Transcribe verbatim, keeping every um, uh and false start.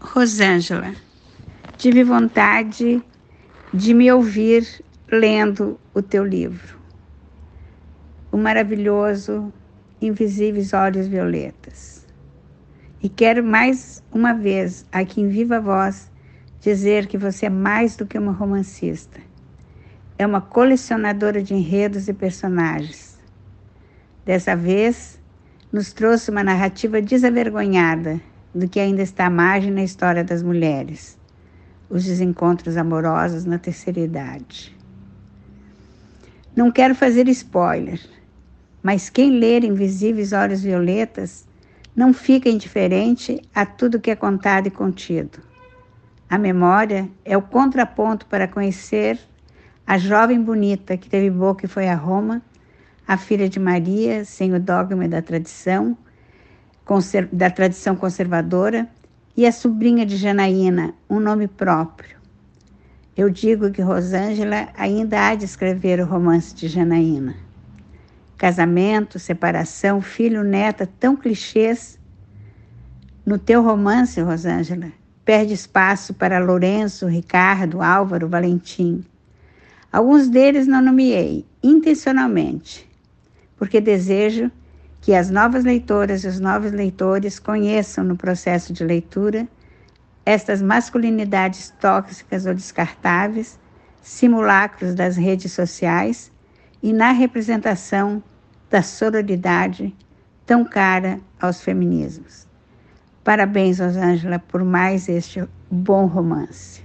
Rosângela, tive vontade de me ouvir lendo o teu livro, o maravilhoso Invisíveis Olhos Violetas. E quero mais uma vez, aqui em viva voz, dizer que você é mais do que uma romancista. É uma colecionadora de enredos e personagens. Dessa vez, nos trouxe uma narrativa desavergonhada do que ainda está à margem na história das mulheres, os desencontros amorosos na terceira idade. Não quero fazer spoiler, mas quem ler Invisíveis Olhos Violetas não fica indiferente a tudo que é contado e contido. A memória é o contraponto para conhecer a jovem bonita que teve boca e foi a Roma, a filha de Maria, sem o dogma da tradição, da tradição conservadora, e a sobrinha de Janaína, um nome próprio. Eu digo que Rosângela ainda há de escrever o romance de Janaína. Casamento, separação, filho, neta, tão clichês. No teu romance, Rosângela, perde espaço para Lourenço, Ricardo, Álvaro, Valentim. Alguns deles não nomeei, intencionalmente, porque desejo que as novas leitoras e os novos leitores conheçam no processo de leitura estas masculinidades tóxicas ou descartáveis, simulacros das redes sociais e na representação da sororidade tão cara aos feminismos. Parabéns, Rosângela, por mais este bom romance.